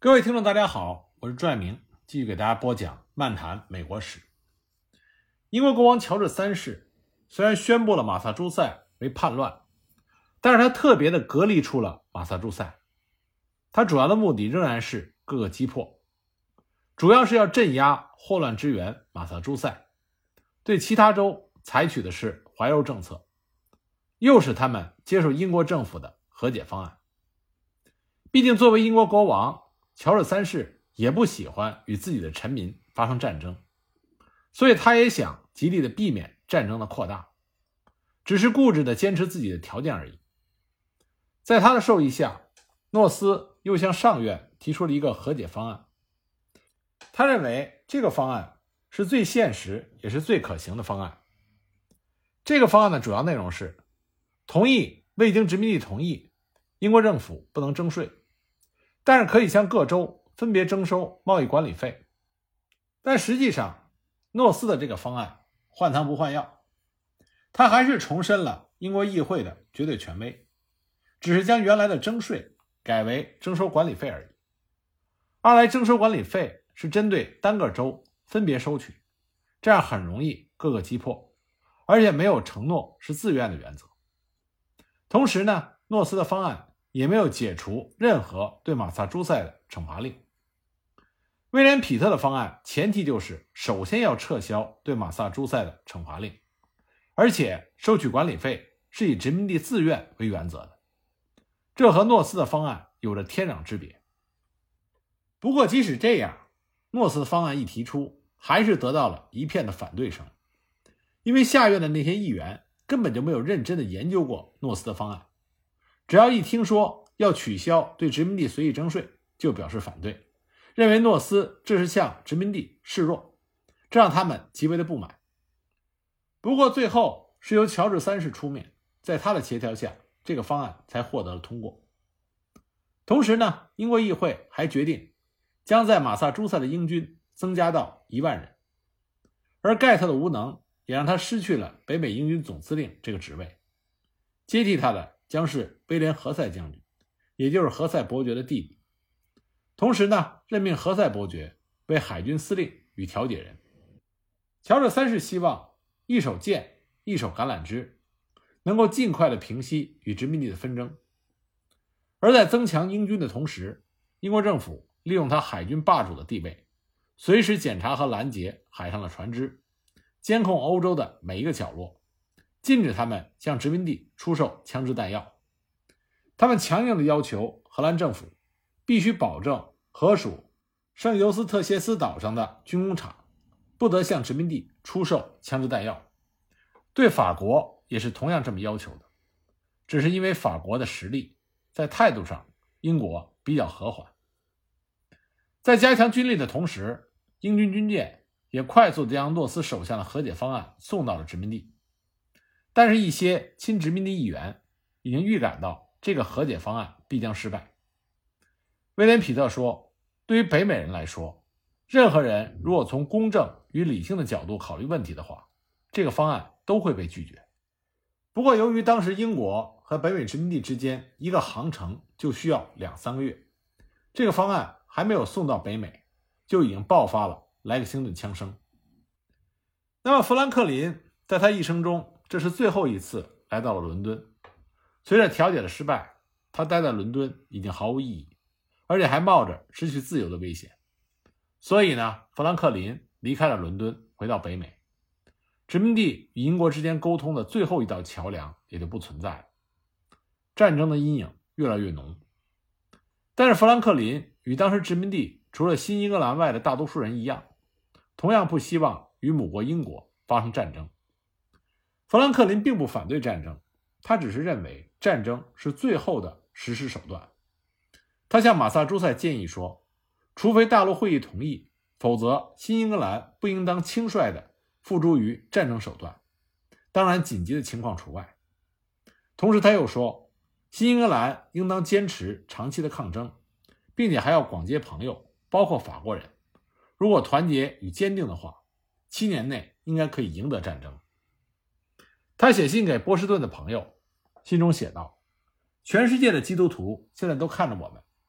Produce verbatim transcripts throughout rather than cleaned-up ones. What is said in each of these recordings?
各位听众大家好，我是朱爱明，继续给大家播讲漫谈美国史。英国国王乔治三世虽然宣布了马萨诸塞为叛乱，但是他特别的隔离出了马萨诸塞，他主要的目的仍然是各个击破，主要是要镇压祸乱之源马萨诸塞，对其他州采取的是怀柔政策，诱使他们接受英国政府的和解方案。毕竟作为英国国王，乔治三世也不喜欢与自己的臣民发生战争，所以他也想极力的避免战争的扩大，只是固执的坚持自己的条件而已。在他的授意下，诺斯又向上院提出了一个和解方案。他认为这个方案是最现实也是最可行的方案。这个方案的主要内容是同意未经殖民地同意，英国政府不能征税，但是可以向各州分别征收贸易管理费。但实际上，诺斯的这个方案换汤不换药，他还是重申了英国议会的绝对权威，只是将原来的征税改为征收管理费而已。二来，征收管理费是针对单个州分别收取，这样很容易各个击破，而且没有承诺是自愿的原则。同时呢，诺斯的方案也没有解除任何对马萨诸塞的惩罚令。威廉·皮特的方案前提就是首先要撤销对马萨诸塞的惩罚令，而且收取管理费是以殖民地自愿为原则的，这和诺斯的方案有着天壤之别。不过即使这样，诺斯的方案一提出，还是得到了一片的反对声，因为下院的那些议员根本就没有认真的研究过诺斯的方案，只要一听说要取消对殖民地随意征税，就表示反对，认为诺斯这是向殖民地示弱，这让他们极为的不满。不过最后是由乔治三世出面，在他的协调下，这个方案才获得了通过。同时呢，英国议会还决定将在马萨诸塞的英军增加到一万人，而盖特的无能也让他失去了北美英军总司令这个职位，接替他的将是威廉·何塞将军，也就是何塞伯爵的弟弟。同时呢，任命何塞伯爵为海军司令与调解人。乔治三世希望一手剑一手橄榄枝，能够尽快的平息与殖民地的纷争。而在增强英军的同时，英国政府利用他海军霸主的地位，随时检查和拦截海上的船只，监控欧洲的每一个角落，禁止他们向殖民地出售枪支弹药。他们强硬地要求荷兰政府必须保证荷属圣尤斯特谢斯岛上的军工厂不得向殖民地出售枪支弹药。对法国也是同样这么要求的，只是因为法国的实力，在态度上英国比较和缓。在加强军力的同时，英军军舰也快速地将诺斯手下的和解方案送到了殖民地。但是一些亲殖民地议员已经预感到这个和解方案必将失败。威廉·皮特说，对于北美人来说，任何人如果从公正与理性的角度考虑问题的话，这个方案都会被拒绝。不过由于当时英国和北美殖民地之间一个航程就需要两三个月，这个方案还没有送到北美，就已经爆发了莱克星顿枪声。那么富兰克林在他一生中，这是最后一次来到了伦敦。随着调解的失败，他待在伦敦已经毫无意义，而且还冒着失去自由的危险。所以呢，富兰克林离开了伦敦，回到北美。殖民地与英国之间沟通的最后一道桥梁也就不存在了，战争的阴影越来越浓。但是富兰克林与当时殖民地除了新英格兰外的大多数人一样，同样不希望与母国英国发生战争。富兰克林并不反对战争，他只是认为战争是最后的实施手段。他向马萨诸塞建议说，除非大陆会议同意，否则新英格兰不应当轻率地付诸于战争手段，当然紧急的情况除外。同时他又说，新英格兰应当坚持长期的抗争，并且还要广结朋友，包括法国人。如果团结与坚定的话，七年内应该可以赢得战争。他写信给波士顿的朋友，信中写道，全世界的基督徒现在都看着我们，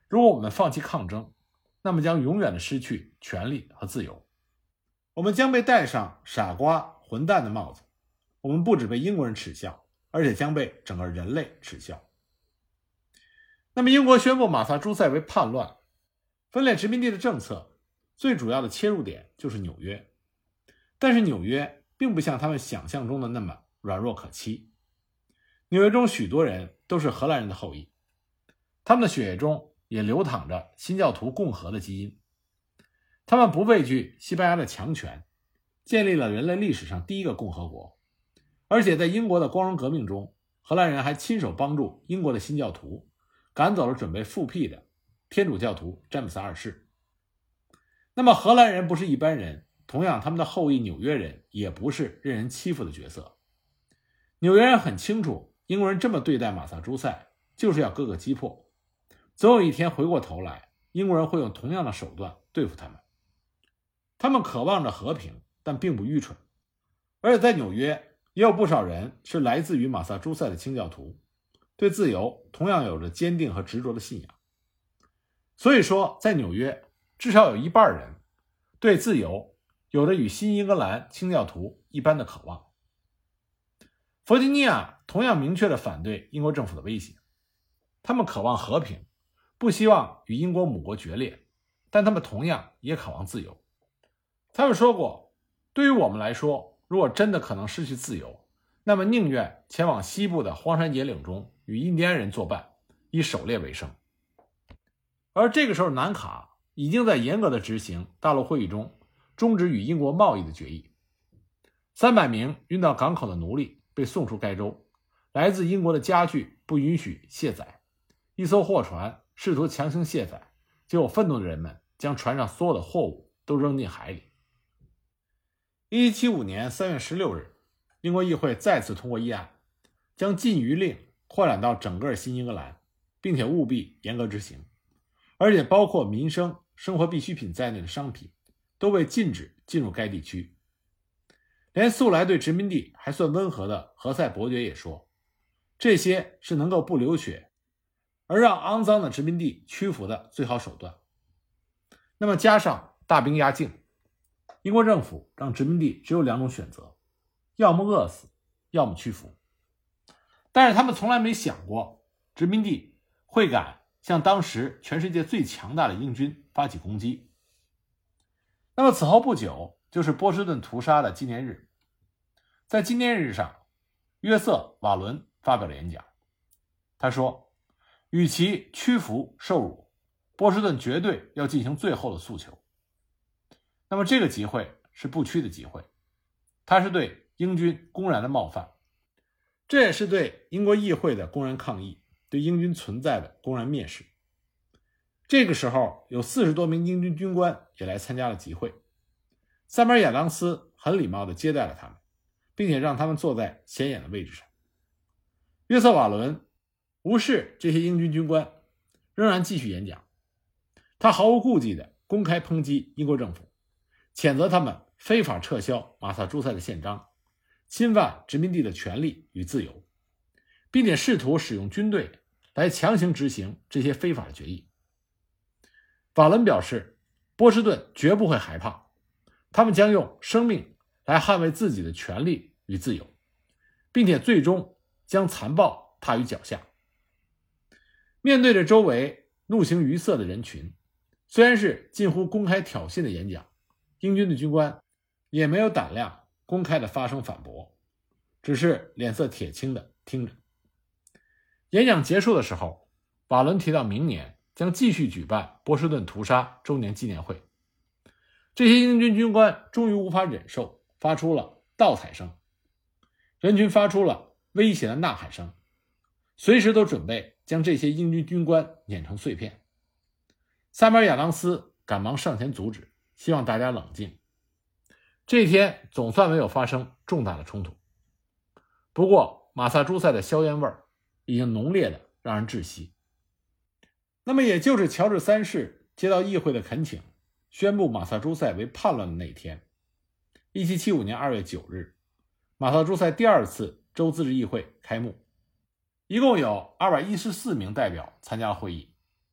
如果我们放弃抗争，那么将永远的失去权利和自由。我们将被戴上傻瓜、混蛋的帽子，我们不只被英国人耻笑，而且将被整个人类耻笑。那么英国宣布马萨诸塞为叛乱，分裂殖民地的政策最主要的切入点就是纽约。但是纽约并不像他们想象中的那么软弱可欺。纽约中许多人都是荷兰人的后裔，他们的血液中也流淌着新教徒共和的基因。他们不畏惧西班牙的强权，建立了人类历史上第一个共和国。而且在英国的光荣革命中，荷兰人还亲手帮助英国的新教徒赶走了准备复辟的天主教徒詹姆斯二世。那么荷兰人不是一般人，同样他们的后裔纽约人也不是任人欺负的角色。纽约人很清楚，英国人这么对待马萨诸塞就是要各个击破，总有一天回过头来，英国人会用同样的手段对付他们。他们渴望着和平，但并不愚蠢。而且在纽约也有不少人是来自于马萨诸塞的清教徒，对自由同样有着坚定和执着的信仰。所以说在纽约至少有一半人对自由有着与新英格兰清教徒一般的渴望。弗吉尼亚同样明确地反对英国政府的威胁，他们渴望和平，不希望与英国母国决裂，但他们同样也渴望自由。他们说过，对于我们来说，如果真的可能失去自由，那么宁愿前往西部的荒山野岭中与印第安人作伴，以狩猎为生。而这个时候南卡已经在严格的执行大陆会议中终止与英国贸易的决议。三百名运到港口的奴隶被送出该州，来自英国的家具不允许卸载，一艘货船试图强行卸载，结果愤怒的人们将船上所有的货物都扔进海里。一七七五年三月十六日，英国议会再次通过议案，将禁渔令扩展到整个新英格兰，并且务必严格执行，而且包括民生、生活必需品在内的商品都被禁止进入该地区。连素来对殖民地还算温和的何塞伯爵也说，这些是能够不流血而让肮脏的殖民地屈服的最好手段。那么加上大兵压境，英国政府让殖民地只有两种选择，要么饿死，要么屈服。但是他们从来没想过殖民地会敢向当时全世界最强大的英军发起攻击。那么此后不久就是波士顿屠杀的纪念日，在纪念日上，约瑟·瓦伦发表了演讲。他说，与其屈服受辱，波士顿绝对要进行最后的诉求。那么这个集会是不屈的集会，它是对英军公然的冒犯，这也是对英国议会的公然抗议，对英军存在的公然蔑视。这个时候有四十多名英军军官也来参加了集会，塞缪尔·亚当斯很礼貌地接待了他们，并且让他们坐在显眼的位置上。约瑟·瓦伦无视这些英军军官，仍然继续演讲。他毫无顾忌地公开抨击英国政府，谴责他们非法撤销马萨诸塞的宪章，侵犯殖民地的权利与自由，并且试图使用军队来强行执行这些非法的决议。瓦伦表示，波士顿绝不会害怕，他们将用生命来捍卫自己的权利与自由，并且最终将残暴踏于脚下。面对着周围怒形于色的人群，虽然是近乎公开挑衅的演讲，英军的军官也没有胆量公开的发声反驳，只是脸色铁青的听着。演讲结束的时候，瓦伦提到明年将继续举办波士顿屠杀周年纪念会。这些英军军官终于无法忍受，发出了倒彩声，人群发出了威胁的呐喊声，随时都准备将这些英军军官碾成碎片。塞缪尔·亚当斯赶忙上前阻止，希望大家冷静。这一天总算没有发生重大的冲突。不过马萨诸塞的硝烟味儿已经浓烈的让人窒息。那么也就是乔治三世接到议会的恳请，宣布马萨诸塞为叛乱的那一天，一七七五年二月九日，马萨诸塞第二次州自治议会开幕，一共有二百一十四名代表参加了会议。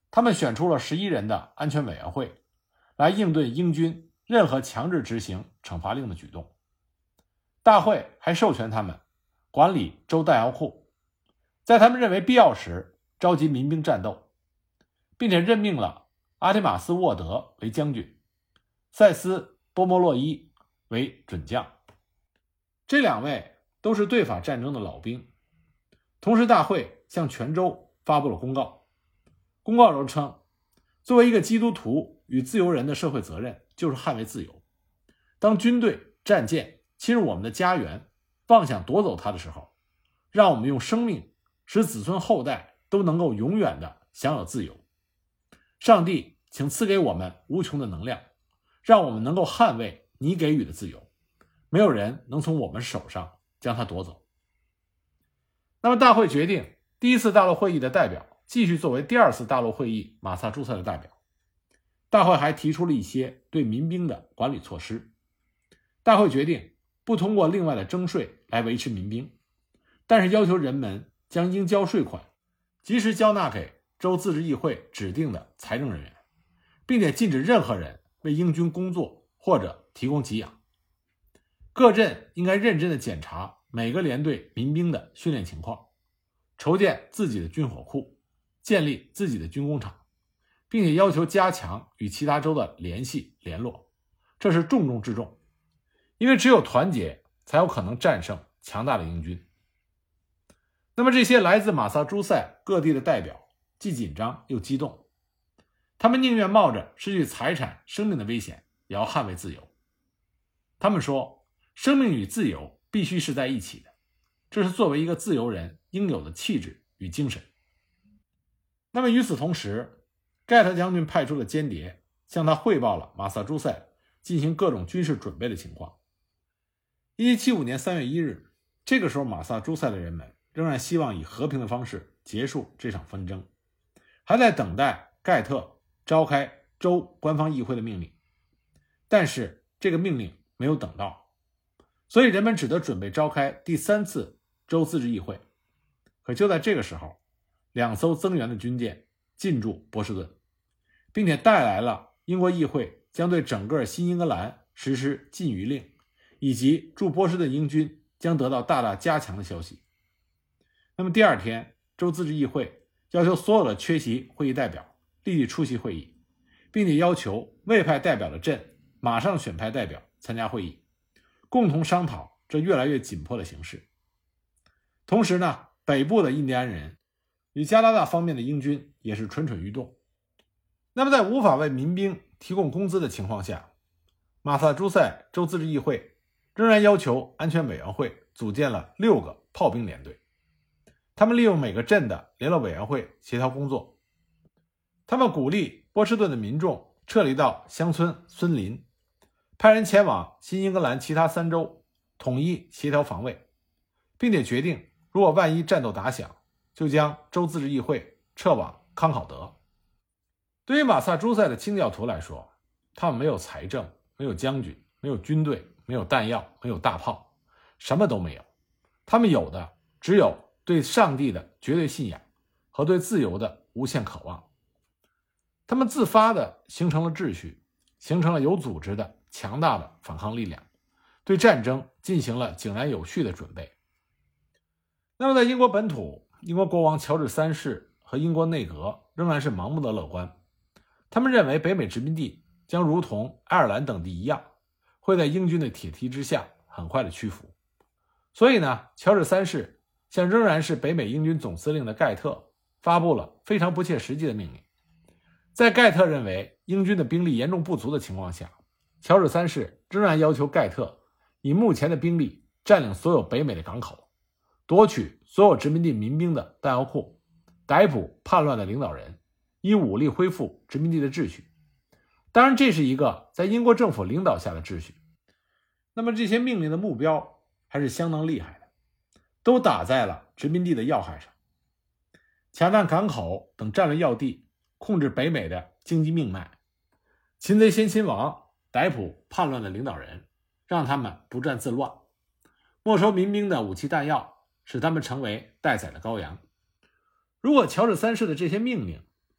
他们选出了十一人的安全委员会，来应对英军任何强制执行惩罚令的举动。大会还授权他们管理州弹药库，在他们认为必要时召集民兵战斗，并且任命了阿提马斯·沃德为将军，塞斯·波莫洛伊为准将。这两位都是对法战争的老兵。同时，大会向全州发布了公告，公告中称，作为一个基督徒与自由人的社会责任就是捍卫自由。当军队、战舰侵入我们的家园，妄想夺走它的时候，让我们用生命使子孙后代都能够永远的享有自由。上帝，请赐给我们无穷的能量，让我们能够捍卫你给予的自由，没有人能从我们手上将它夺走。那么大会决定，第一次大陆会议的代表继续作为第二次大陆会议马萨诸塞的代表。大会还提出了一些对民兵的管理措施。大会决定不通过另外的征税来维持民兵，但是要求人们将应交税款及时交纳给州自治议会指定的财政人员，并且禁止任何人为英军工作或者提供给养。各镇应该认真地检查每个连队民兵的训练情况，筹建自己的军火库，建立自己的军工厂，并且要求加强与其他州的联系联络，这是重中之重，因为只有团结才有可能战胜强大的英军。那么这些来自马萨诸塞各地的代表既紧张又激动，他们宁愿冒着失去财产生命的危险，也要捍卫自由。他们说，生命与自由必须是在一起的，这是作为一个自由人应有的气质与精神。那么与此同时，盖特将军派出的间谍向他汇报了马萨诸塞进行各种军事准备的情况。一七七五年三月一日，这个时候马萨诸塞的人们仍然希望以和平的方式结束这场纷争，还在等待盖特召开州官方议会的命令。但是这个命令没有等到，所以人们只得准备召开第三次州自治议会。可就在这个时候，两艘增援的军舰进驻波士顿，并且带来了英国议会将对整个新英格兰实施禁渔令，以及驻波士顿英军将得到大大加强的消息。那么第二天，州自治议会要求所有的缺席会议代表立即出席会议，并且要求未派代表的镇马上选派代表参加会议，共同商讨这越来越紧迫的形势。同时呢，北部的印第安人与加拿大方面的英军也是蠢蠢欲动。那么在无法为民兵提供工资的情况下，马萨诸塞州自治议会仍然要求安全委员会组建了六个炮兵连队，他们利用每个镇的联络委员会协调工作。他们鼓励波士顿的民众撤离到乡村森林，派人前往新英格兰其他三州统一协调防卫，并且决定如果万一战斗打响，就将州自治议会撤往康考德。对于马萨诸塞的清教徒来说，他们没有财政，没有将军，没有军队，没有弹药，没有大炮，什么都没有。他们有的只有对上帝的绝对信仰和对自由的无限渴望。他们自发地形成了秩序，形成了有组织的强大的反抗力量，对战争进行了井然有序的准备。那么在英国本土，英国国王乔治三世和英国内阁仍然是盲目的乐观。他们认为北美殖民地将如同爱尔兰等地一样，会在英军的铁蹄之下很快的屈服。所以呢，乔治三世向仍然是北美英军总司令的盖特发布了非常不切实际的命令。在盖特认为英军的兵力严重不足的情况下，乔治三世仍然要求盖特以目前的兵力占领所有北美的港口，夺取所有殖民地民兵的弹药库，逮捕叛乱的领导人，以武力恢复殖民地的秩序。当然，这是一个在英国政府领导下的秩序。那么这些命令的目标还是相当厉害的，都打在了殖民地的要害上，抢占港口等战略要地，控制北美的经济命脉，擒贼先擒王，逮捕叛乱的领导人，让他们不战自乱，没收民兵的武器弹药，使他们成为待宰的羔羊。如果乔治三世的这些命令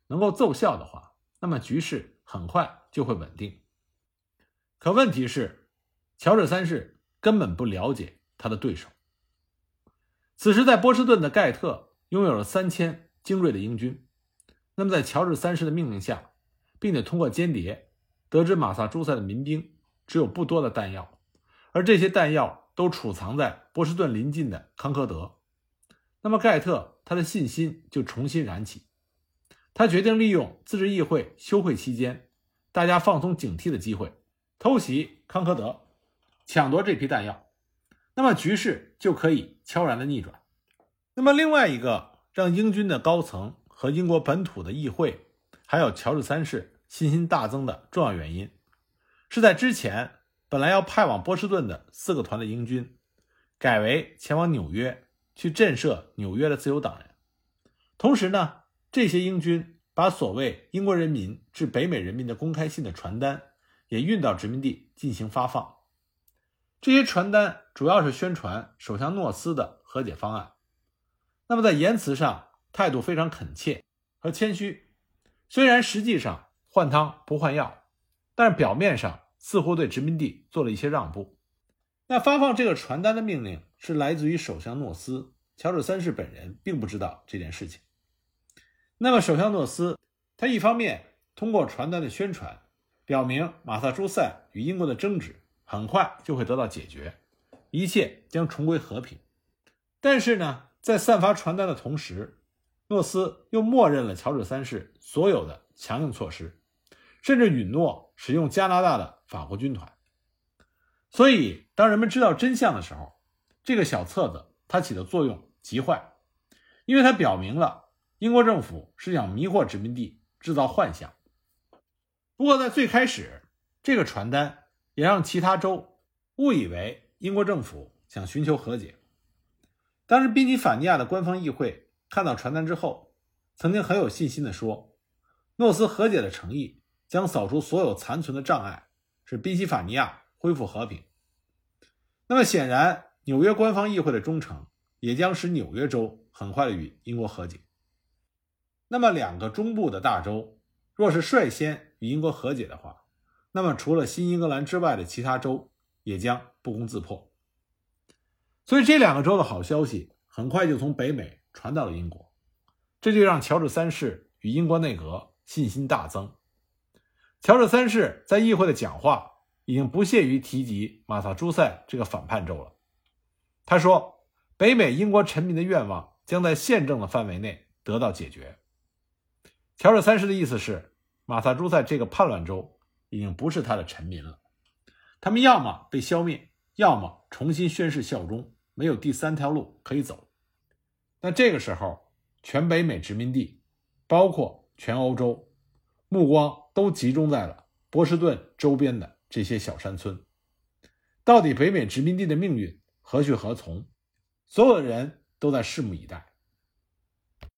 能够奏效的话，那么局势很快就会稳定。可问题是，乔治三世根本不了解他的对手。此时在波士顿的盖特拥有了三千精锐的英军，那么在乔治三世的命令下，并且通过间谍得知马萨诸塞的民兵只有不多的弹药，而这些弹药都储藏在波士顿邻近的康科德，那么盖特他的信心就重新燃起。他决定利用自治议会休会期间大家放松警惕的机会，偷袭康科德，抢夺这批弹药，那么局势就可以悄然的逆转。那么另外一个让英军的高层和英国本土的议会还有乔治三世信心大增的重要原因，是在之前本来要派往波士顿的四个团的英军改为前往纽约去震慑纽约的自由党人。同时呢，这些英军把所谓英国人民致北美人民的公开信的传单也运到殖民地进行发放。这些传单主要是宣传首相诺斯的和解方案，那么在言辞上态度非常恳切和谦虚，虽然实际上换汤不换药，但是表面上似乎对殖民地做了一些让步。那发放这个传单的命令是来自于首相诺斯，乔治三世本人并不知道这件事情。那么首相诺斯他一方面通过传单的宣传表明马萨诸塞与英国的争执很快就会得到解决，一切将重归和平。但是呢，在散发传单的同时，诺斯又默认了乔治三世所有的强硬措施，甚至允诺使用加拿大的法国军团。所以当人们知道真相的时候，这个小册子它起的作用极坏，因为它表明了英国政府是想迷惑殖民地，制造幻象。不过在最开始，这个传单也让其他州误以为英国政府想寻求和解。当时宾夕法尼亚的官方议会看到传单之后，曾经很有信心地说，诺斯和解的诚意将扫除所有残存的障碍，使宾夕法尼亚恢复和平。那么显然，纽约官方议会的忠诚也将使纽约州很快的与英国和解。那么两个中部的大州若是率先与英国和解的话，那么除了新英格兰之外的其他州也将不攻自破。所以这两个州的好消息很快就从北美传到了英国，这就让乔治三世与英国内阁信心大增。乔治三世在议会的讲话已经不屑于提及马萨诸塞这个反叛州了。他说，北美英国臣民的愿望将在宪政的范围内得到解决。乔治三世的意思是，马萨诸塞这个叛乱州已经不是他的臣民了，他们要么被消灭，要么重新宣誓效忠，没有第三条路可以走。那这个时候，全北美殖民地，包括全欧洲，目光都集中在了波士顿周边的这些小山村。到底北美殖民地的命运何去何从，所有的人都在拭目以待。